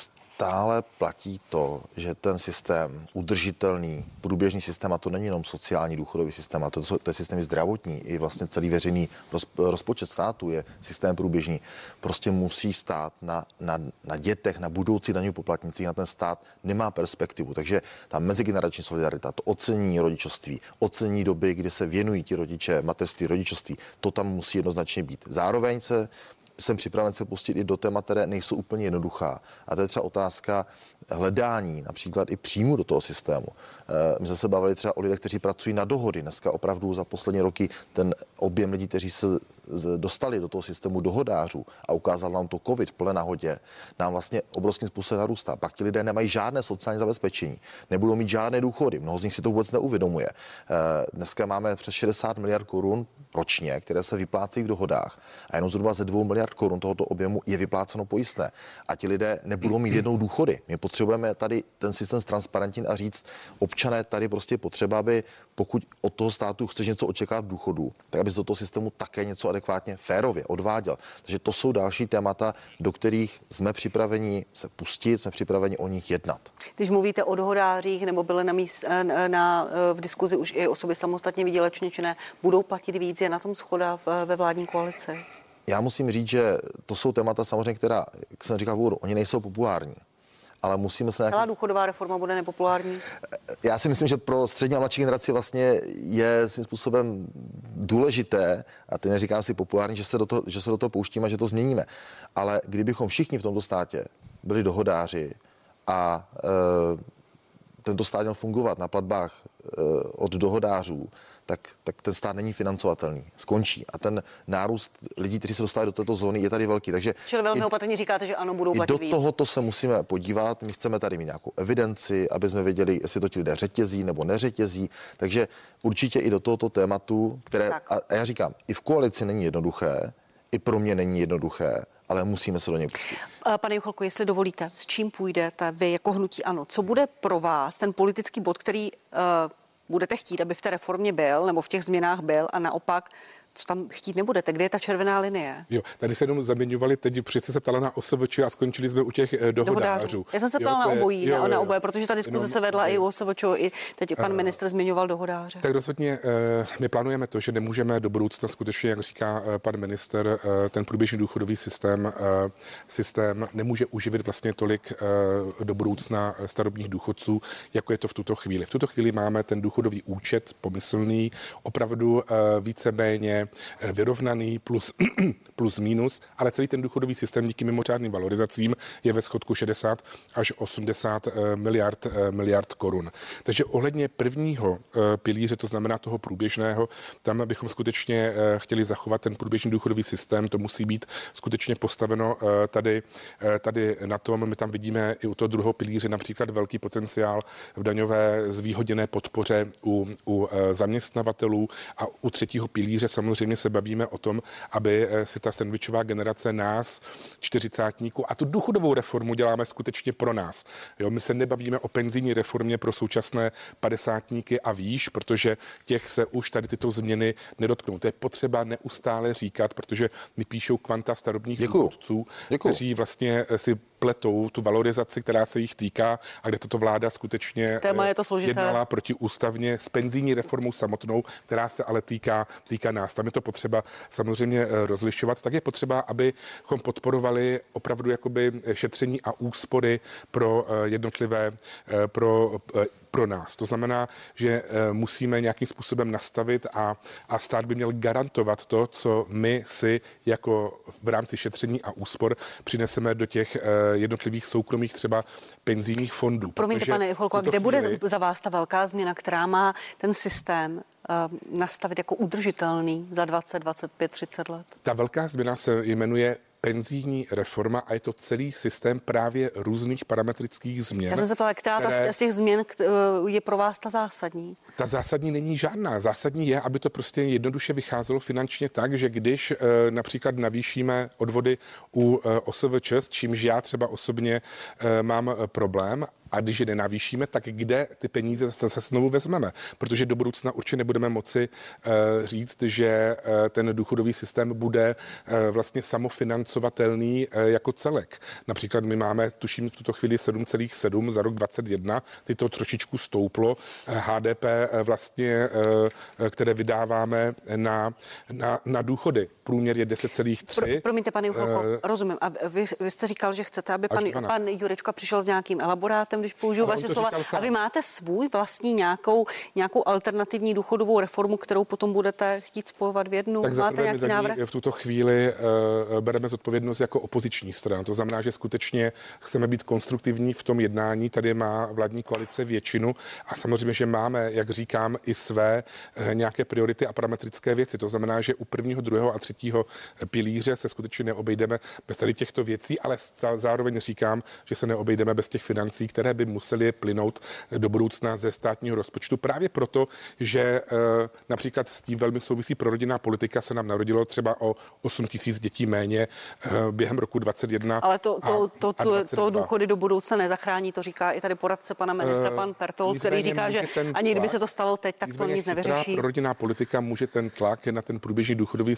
Stále platí to, že ten systém, udržitelný, průběžný systém, a to není jenom sociální důchodový systém, a to, to je systém zdravotní, i vlastně celý veřejný roz, rozpočet státu je systém průběžný, prostě musí stát na, na, na dětech, na budoucí daňových poplatnících, na ten stát nemá perspektivu. Takže ta mezigenerační solidarita, to ocenění rodičovství, ocenění doby, kdy se věnují ti rodiče, mateřství, rodičovství, to tam musí jednoznačně být. Zároveň se jsem připraven se pustit i do témat, které nejsou úplně jednoduchá. A to je třeba otázka hledání, například i příjmu do toho systému. My jsme se bavili třeba o lidech, kteří pracují na dohody. Dneska opravdu za poslední roky ten objem lidí, kteří se dostali do toho systému dohodářů a ukázal nám to covid v plné nahodě, nám vlastně obrovským způsobem narůstá. Pak ti lidé nemají žádné sociální zabezpečení, nebudou mít žádné důchody. Mnoho z nich si to vůbec neuvědomuje. Dneska máme přes šedesát miliard korun ročně, které se vyplácejí v dohodách a jenom zhruba ze dvou miliard korun tohoto objemu je vypláceno pojistné. A ti lidé nebudou mít jednou důchody. My potřebujeme tady ten systém ztransparentnit a říct, občané, tady prostě potřeba, aby pokud od toho státu chceš něco očekávat v důchodu, tak aby do toho systému také něco adekvátně, férově odváděl. Takže to jsou další témata, do kterých jsme připraveni se pustit, jsme připraveni o nich jednat. Když mluvíte o dohodářích nebo byly na, míst, na, na v diskuzi už i osoby samostatně výdělečně činné, budou platit víc, je na tom shoda v, ve vládní koalici? Já musím říct, že to jsou témata samozřejmě, která, jak jsem říkal v úvodu, oni nejsou populární. Ale musíme se Celá nějaký... důchodová reforma bude nepopulární? Já si myslím, že pro střední a mladší generaci vlastně je svým způsobem důležité, a teď neříkám si populární, že se do toho, že se do toho pouštíme a že to změníme. Ale kdybychom všichni v tomto státě byli dohodáři a e, tento stát měl fungovat na platbách e, od dohodářů, tak, tak ten stát není financovatelný. Skončí. A ten nárůst lidí, kteří se dostávají do této zóny, je tady velký. Takže Čili velmi opatrně říkáte, že ano, budou platit do víc. tohoto se musíme podívat. My chceme tady mít nějakou evidenci, aby jsme věděli, jestli to ti lidé řetězí nebo neřetězí. Takže určitě i do tohoto tématu, které, a, a já říkám, i v koalici není jednoduché, i pro mě není jednoduché, ale musíme se do něj pustit. Pane Juchelko, jestli dovolíte, s čím půjdete vy jako hnutí ANO? Co bude pro vás ten politický bod, který uh, budete chtít, aby v té reformě byl, nebo v těch změnách byl, a naopak, co tam chtít nebudete? Kde je ta červená linie? Jo, tady se jenom zaměňovali, teď přece se ptala na O S V Č a skončili jsme u těch eh, dohodářů. dohodářů. Já jsem se ptala na obojí, jo, na oboje, protože ta diskuze se vedla i u O S V Č, i teď pan ministr zmiňoval dohodáře. Tak rozhodně eh, my plánujeme to, že nemůžeme do budoucna skutečně, jak říká eh, pan minister, eh, ten průběžný důchodový systém, eh, systém nemůže uživit vlastně tolik eh, do budoucna starobních důchodců, jako je to v tuto chvíli. V tuto chvíli máme ten důchodový účet pomyslný, opravdu eh, víceméně vyrovnaný plus, plus minus, ale celý ten důchodový systém díky mimořádným valorizacím je ve schodku šedesát až osmdesát miliard, miliard korun. Takže ohledně prvního pilíře, to znamená toho průběžného, tam bychom skutečně chtěli zachovat ten průběžný důchodový systém, to musí být skutečně postaveno tady, tady na tom. My tam vidíme i u toho druhého pilíře například velký potenciál v daňové zvýhodněné podpoře u, u zaměstnavatelů a u třetího pilíře samozřejmě Samozřejmě se bavíme o tom, aby si ta sandvičová generace nás, čtyřicátníků, a tu důchodovou reformu děláme skutečně pro nás. Jo, my se nebavíme o penzijní reformě pro současné padesátníky a výš, protože těch se už tady tyto změny nedotknou. To je potřeba neustále říkat, protože mi píšou kvanta starobních důchodců, kteří vlastně si pletou tu valorizaci, která se jich týká a kde tato vláda skutečně Téma je to složité. jednala protiústavně s penzijní reformou samotnou, která se ale týká, týká nás. Tam je to potřeba samozřejmě rozlišovat. Tak je potřeba, abychom podporovali opravdu jakoby šetření a úspory pro jednotlivé, pro pro nás. To znamená, že musíme nějakým způsobem nastavit a, a stát by měl garantovat to, co my si jako v rámci šetření a úspor přineseme do těch jednotlivých soukromých třeba penzijních fondů. Promiňte, pane Juchelko, kde chvíli... bude za vás ta velká změna, která má ten systém uh, nastavit jako udržitelný za dvacet, dvacet pět, třicet let? Ta velká změna se jmenuje penzijní reforma a je to celý systém právě různých parametrických změn. Já jsem se ptala, která které... z těch změn je pro vás ta zásadní? Ta zásadní není žádná. Zásadní je, aby to prostě jednoduše vycházelo finančně tak, že když e, například navýšíme odvody u e, O S V Č, s čímž já třeba osobně e, mám problém, a když je nenavýšíme, tak kde ty peníze zase znovu vezmeme? Protože do budoucna určitě nebudeme moci uh, říct, že uh, ten důchodový systém bude uh, vlastně samofinancovatelný uh, jako celek. Například my máme, tuším, v tuto chvíli sedm celá sedm za rok dvacet jedna, ty to trošičku stouplo. Uh, H D P uh, vlastně, uh, které vydáváme na, na, na důchody. Průměr je deset celá tři. Pro, promiňte, pane Juchelko, uh, rozumím. A vy, vy jste říkal, že chcete, aby pan, pan Jurečka přišel s nějakým elaborátem, když použiju vaše slova. A vy máte svůj vlastní nějakou, nějakou alternativní důchodovou reformu, kterou potom budete chtít spojovat v jednu? Tak máte nějaký návrh? V tuto chvíli uh, bereme zodpovědnost jako opoziční strana. To znamená, že skutečně chceme být konstruktivní v tom jednání. Tady má vládní koalice většinu a samozřejmě, že máme, jak říkám, i své uh, nějaké priority a parametrické věci. To znamená, že u prvního, druhého a třetího pilíře se skutečně neobejdeme bez tady těchto věcí, ale zároveň říkám, že se neobejdeme bez těch financí, které by museli plynout do budoucna ze státního rozpočtu. Právě proto, že e, například s tím velmi souvisí prorodinná politika, se nám narodilo třeba o osm tisíc dětí méně e, během roku dvacet jedna. Ale to, to, to, to, to důchody do budoucna nezachrání, to říká i tady poradce pana ministra, e, pan Pertol, který říká, že ani kdyby se to stalo teď, tak to nic nevyřeší. Prorodinná politika může ten tlak na ten průběžný důchodový systém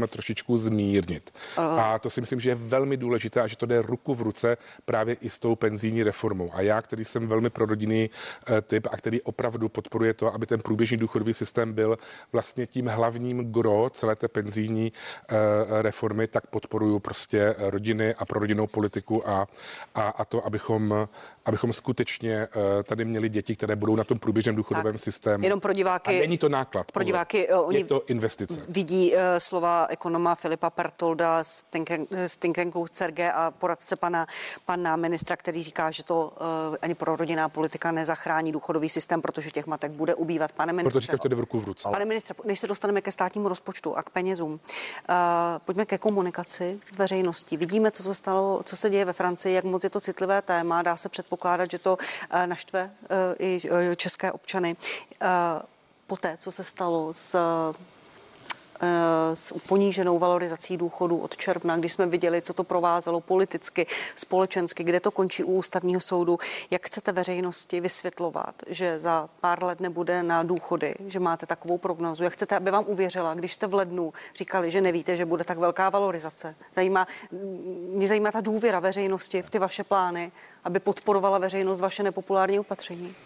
můžeme trošičku zmírnit. A to si myslím, že je velmi důležité a že to jde ruku v ruce právě i s tou penzijní reformou. A já, který jsem velmi prorodinný typ a který opravdu podporuje to, aby ten průběžný důchodový systém byl vlastně tím hlavním gro celé té penzijní reformy, tak podporuju prostě rodiny a prorodinnou politiku a, a, a to, abychom, abychom skutečně tady měli děti, které budou na tom průběžném důchodovém tak, systému. Jenom pro diváky. A není to náklad. Pro diváky, uh, oni je to investice. Vidí uh, slova ekonoma Filipa Pertolda z think tanku C E R G a poradce pana, pana ministra, který říká, že to uh, ani pro rodinná politika nezachrání důchodový systém, protože těch matek bude ubývat. Pane ministře, Proto říkám, že to jde v ruku v ruce. Pane ministře, než se dostaneme ke státnímu rozpočtu a k penězům, uh, pojďme ke komunikaci s veřejností. Vidíme, co se stalo, co se děje ve Francii, jak moc je to citlivé téma. Dá se předpokládat, že to uh, naštve uh, i uh, české občany. Uh, poté, co se stalo s s poníženou valorizací důchodu od června, když jsme viděli, co to provázelo politicky, společensky, kde to končí u ústavního soudu. Jak chcete veřejnosti vysvětlovat, že za pár let nebude na důchody, že máte takovou prognozu? Jak chcete, aby vám uvěřila, když jste v lednu říkali, že nevíte, že bude tak velká valorizace? Zajímá, mě zajímá ta důvěra veřejnosti v ty vaše plány, aby podporovala veřejnost vaše nepopulární opatření.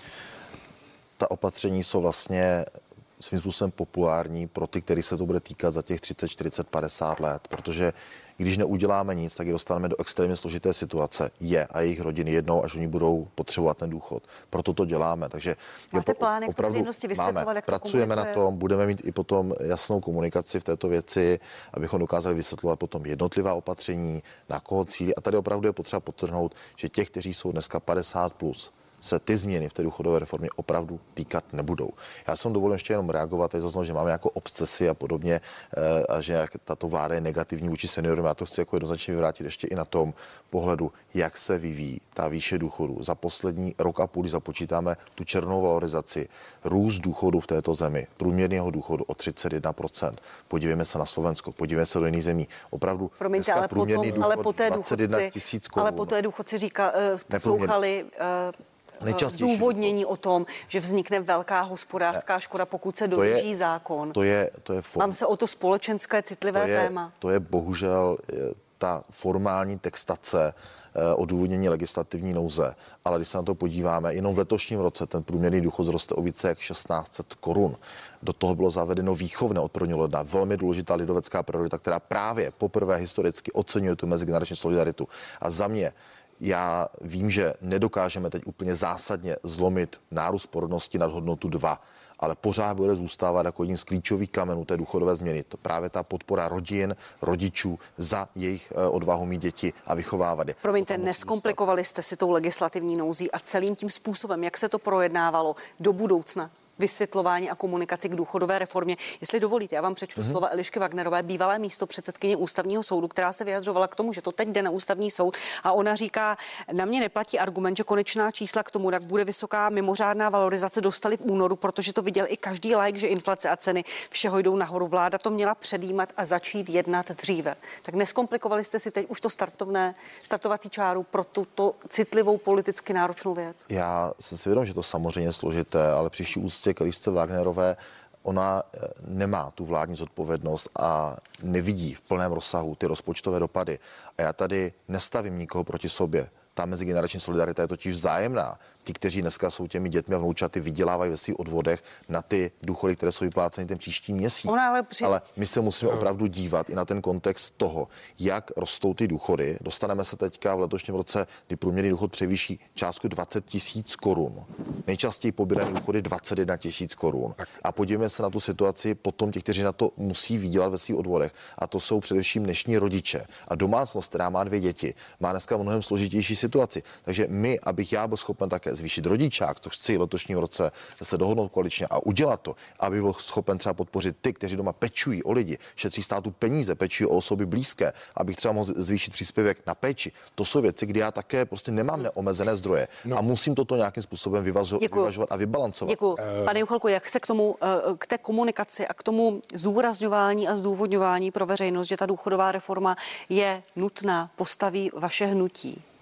Ta opatření jsou vlastně svým způsobem populární pro ty, který se to bude týkat za těch třicet, čtyřicet, padesát let, protože když neuděláme nic, tak je dostaneme do extrémně složité situace. Je a jejich rodiny jednou, až oni budou potřebovat ten důchod. Proto to děláme. Takže máte je plán, jak opravdu veřejnosti vysvětlovat, máme, jak to pracujeme na komunikuje? tom, budeme mít i potom jasnou komunikaci v této věci, abychom dokázali vysvětlovat potom jednotlivá opatření, na koho cílí. A tady opravdu je potřeba podtrhnout, že těch, kteří jsou dneska padesát plus, se ty změny v té důchodové reformě opravdu týkat nebudou. Já jsem dovolil ještě jenom reagovat, tady zaznělo, že máme jako obsesy a podobně a že tato vláda je negativní vůči seniorům. Já to chci jako jednoznačně vyvrátit ještě i na tom pohledu, jak se vyvíjí ta výše důchodu. Za poslední rok a půl, když započítáme tu černou valorizaci, růst důchodu v této zemi, průměrného důchodu o třicet jedna procent. Podívejme se na Slovensko, podívejme se do jiných zemí. Opravdu Promiňte, ale, potom, ale poté důchodci, ale poté důchodci říká, uh, poslouchali uh, zdůvodnění o tom, že vznikne velká hospodářská škoda, pokud se dodrží zákon. To je, to je Mám se o to společenské citlivé to je, téma. To je bohužel ta formální textace odůvodnění legislativní nouze. Ale když se na to podíváme, jenom v letošním roce ten průměrný důchod zroste o více jak šestnáct set korun. Do toho bylo zavedeno výchovné od prvního ledna. Velmi důležitá lidovecká priorita, která právě poprvé historicky oceňuje tu mezigenerační solidaritu. A za mě já vím, že nedokážeme teď úplně zásadně zlomit nárůst porodnosti nad hodnotu dva, ale pořád bude zůstávat jako jedním z klíčových kamenů té důchodové změny. To právě ta podpora rodin, rodičů za jejich odvahu mít děti a vychovávat je. Promiňte, neskomplikovali jste si tou legislativní nouzí a celým tím způsobem, jak se to projednávalo do budoucna? Vysvětlování a komunikaci k důchodové reformě. Jestli dovolíte, já vám přečtu mm-hmm. slova Elišky Wagnerové, bývalé místopředsedkyně ústavního soudu, která se vyjadřovala k tomu, že to teď jde na ústavní soud a ona říká, na mě neplatí argument, že konečná čísla k tomu, jak bude vysoká mimořádná valorizace, dostali v únoru, protože to viděl i každý like, že inflace a ceny všeho jdou nahoru. Vláda to měla předjímat a začít jednat dříve. Tak neskomplikovali jste si teď už to startovné, startovací čáru pro tuto citlivou politicky náročnou věc? Já jsem si vědom, že to samozřejmě složité, ale příští úctě k Elišce Wagnerové, ona nemá tu vládní zodpovědnost a nevidí v plném rozsahu ty rozpočtové dopady. A já tady nestavím nikoho proti sobě. Ta mezigenerační solidarita je totiž vzájemná. Ti, kteří dneska jsou těmi dětmi a vnoučaty, vydělávají ve svých odvodech na ty důchody, které jsou vypláceny ten příští měsíc. Ale, při... ale my se musíme opravdu dívat i na ten kontext toho, jak rostou ty důchody. Dostaneme se teďka v letošním roce, kdy průměrný důchod převýší částku dvacet tisíc korun. Nejčastěji pobíraný důchody dvacet jedna tisíc korun. A podívejme se na tu situaci potom těch, kteří na to musí vydělat ve svých odvodech. A to jsou především dnešní rodiče. A domácnost, která má dvě děti, má dneska mnohem složitější situaci. Takže my, abych já byl schopen také zvýšit rodičák, což chci v letošním roce se dohodnout koaličně a udělat to, aby byl schopen třeba podpořit ty, kteří doma pečují o lidi, šetří státu peníze, pečují o osoby blízké, abych třeba mohl zvýšit příspěvek na péči. To jsou věci, kdy já také prostě nemám neomezené zdroje no. a musím toto nějakým způsobem vyvažo- vyvažovat a vybalancovat. Děkuji. Pane Juchelko, jak se k tomu, k té komunikaci a k tomu zdůrazňování a zdůvodňování pro veřejnost, že ta důchodová reforma je nutná, postaví vaše hnutí?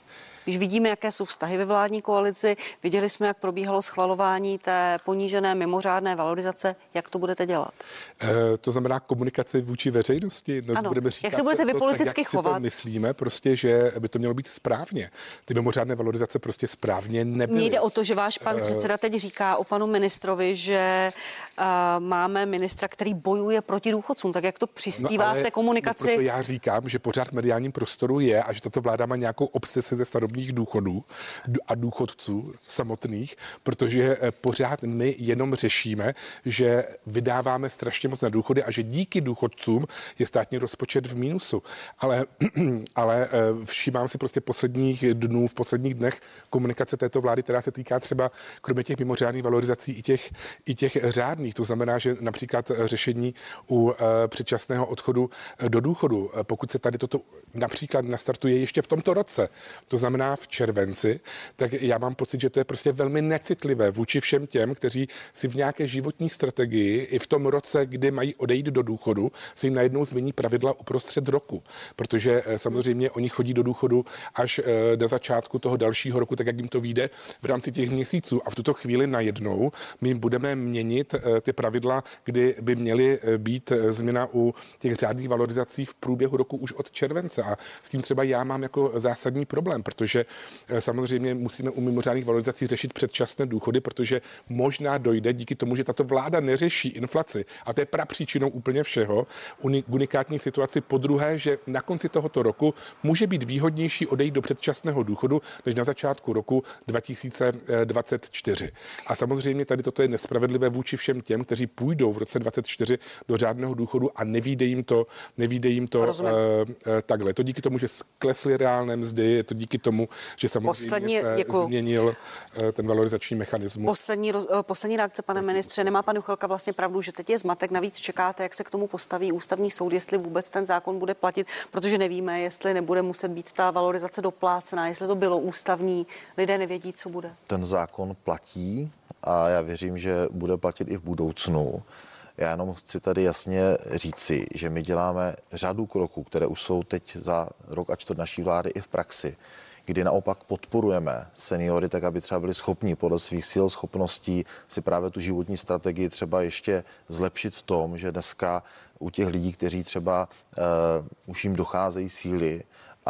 Když vidíme, jaké jsou vztahy ve vládní koalici, viděli jsme, jak probíhalo schvalování té ponížené mimořádné valorizace, jak to budete dělat? E, to znamená komunikaci vůči veřejnosti. No, ano. Budeme říkat, jak se budete vy to, politicky tak, jak chovat? Si to myslíme prostě, že by to mělo být správně. Ty mimořádné valorizace prostě správně nebyly. Mně jde o to, že váš pan předseda teď říká o panu ministrovi, že uh, máme ministra, který bojuje proti důchodcům. Tak jak to přispívá no, v té komunikaci? No, proto já říkám, že pořád v mediálním prostoru je a že tato vláda má nějakou obsesi ze starobních důchodů a důchodců samotných, protože pořád my jenom řešíme, že vydáváme strašně moc na důchody a že díky důchodcům je státní rozpočet v mínusu. Ale, ale všímám si prostě posledních dnů, v posledních dnech komunikace této vlády, která se týká třeba kromě těch mimořádných valorizací i těch, i těch řádných. To znamená, že například řešení u předčasného odchodu do důchodu, pokud se tady toto například nastartuje ještě v tomto roce, to znamená v červenci, tak já mám pocit, že to je prostě velmi necitlivé vůči všem těm, kteří si v nějaké životní strategii i v tom roce, kdy mají odejít do důchodu, se jim najednou změní pravidla uprostřed roku, protože samozřejmě oni chodí do důchodu až do začátku toho dalšího roku, tak jak jim to vyjde v rámci těch měsíců a v tuto chvíli najednou my budeme měnit ty pravidla, kdy by měly být změna u těch řádných valorizací v průběhu roku už od července a s tím třeba já mám jako zásadní problém, protože samozřejmě musíme u mimořádných valorizací řešit předčasné důchody, protože možná dojde díky tomu, že tato vláda neřeší inflaci a to je prapříčinou úplně všeho, unikátní situaci po druhé, že na konci tohoto roku může být výhodnější odejít do předčasného důchodu než na začátku roku dva tisíce dvacet čtyři. A samozřejmě tady toto je nespravedlivé vůči všem těm, kteří půjdou v roce dvacet čtyři do řádného důchodu a nevíde jim to, nevíde jim to uh, uh, takhle. To díky tomu, že sklesly reálné mzdy, je to díky tomu, že samozřejmě poslední, se děkuju. změnil uh, ten valorizační mechanismus. Poslední, roz, uh, poslední reakce, pane ministře. Nemá pan Juchelka vlastně pravdu, že teď je zmatek, navíc čekáte, jak se k tomu postaví ústavní soud, jestli vůbec ten zákon bude platit, protože nevíme, jestli nebude muset být ta valorizace doplácená, jestli to bylo ústavní, lidé nevědí, co bude. Ten zákon platí a já věřím, že bude platit i v budoucnu. Já jenom chci tady jasně říci, že my děláme řadu kroků, které už jsou teď za rok a čtvrt naší vlády i v praxi, kdy naopak podporujeme seniory, tak aby třeba byli schopni podle svých sil, schopností si právě tu životní strategii třeba ještě zlepšit v tom, že dneska u těch lidí, kteří třeba uh, už jim docházejí síly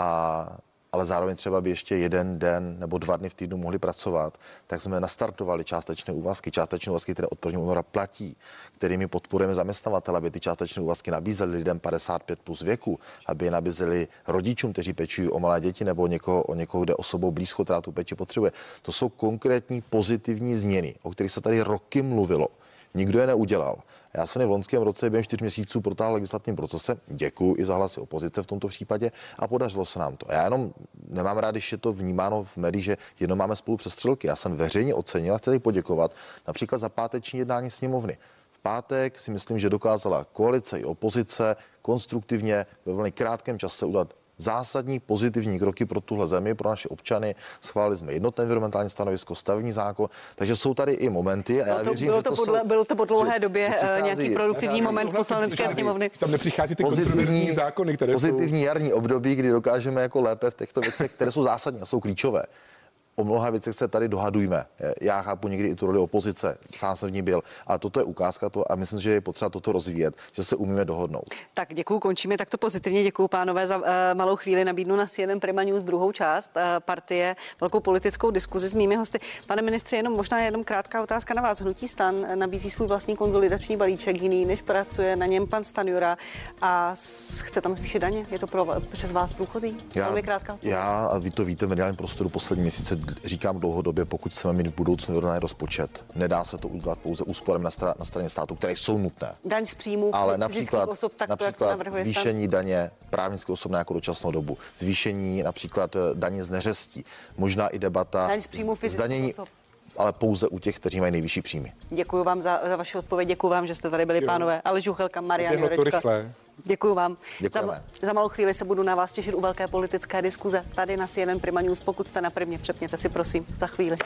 a ale zároveň třeba by ještě jeden den nebo dva dny v týdnu mohli pracovat, tak jsme nastartovali částečné úvazky, částečné úvazky, které od prvního února platí, kterými podporujeme zaměstnavatele, aby ty částečné úvazky nabízeli lidem padesát pět plus věku, aby je nabízeli rodičům, kteří pečují o malé děti nebo někoho, o někoho, kde osobou blízko, která tu péči potřebuje. To jsou konkrétní pozitivní změny, o kterých se tady roky mluvilo. Nikdo je neudělal. Já jsem v loňském roce během čtyř měsíců protáhl legislativním procesem. Děkuji i za hlasy opozice v tomto případě a podařilo se nám to. Já jenom nemám rád, když je to vnímáno v médiích, že jenom máme spolu přestřelky. Já jsem veřejně ocenil a chtěl poděkovat například za páteční jednání sněmovny. V pátek si myslím, že dokázala koalice i opozice konstruktivně ve velmi krátkém čase udělat zásadní pozitivní kroky pro tuhle zemi, pro naše občany. Schválili jsme jednotné environmentální stanovisko, stavební zákon, takže jsou tady i momenty. A já to, věřím, bylo, že to to podle, jsou, bylo to po dlouhé době přichází, nějaký produktivní moment poslanecké sněmovny. Tam nepřichází ty kontroverzní zákony, které pozitivní jsou... jarní období, kdy dokážeme jako lépe v těchto věcech, které jsou zásadní a jsou klíčové. O mnoha věcech se tady dohadujeme. Já chápu někdy i tu roli opozice, sám jsem v ní byl, ale toto je ukázka to a myslím, že je potřeba toto rozvíjet, že se umíme dohodnout. Tak děkuju, končíme takto pozitivně. Děkuju, pánové, za uh, malou chvíli. Nabídnu na C N N Prima News druhou část uh, partie, velkou politickou diskuzi s mými hosty. Pane ministře, jenom možná jenom krátká otázka na vás. Hnutí STAN nabízí svůj vlastní konzolidační balíček, jiný než pracuje na něm pan Stanjura a chce tam zvýšit daně. Je to pro, přes vás průchozí? Já, krátká já, a vy to víte, v mediálním prostoru poslední měsíce říkám dlouhodobě, pokud chceme mít v budoucnu vyrovnaný rozpočet, nedá se to udělat pouze úsporem na, stra- na straně státu, které jsou nutné. Daň z příjmů, ale například, osob, tak například to, zvýšení stan? daně právnické osob na jako dočasnou dobu, zvýšení například daně z neřestí, možná i debata daň z příjmů fyzických osob. Ale pouze u těch, kteří mají nejvyšší příjmy. Děkuji vám za, za vaši odpověď, děkuji vám, že jste tady byli, jo. Pánové. Aleš Juchelka, Marian Jurečka. Děkuji vám. Za, za malou chvíli se budu na vás těšit u velké politické diskuze tady na C N N Prima News. Pokud jste na Primě, přepněte si prosím za chvíli.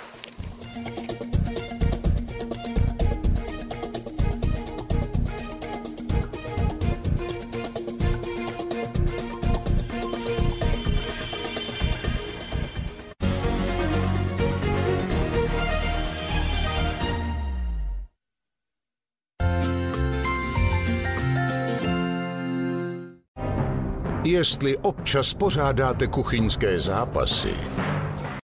Jestli občas pořádáte kuchyňské zápasy,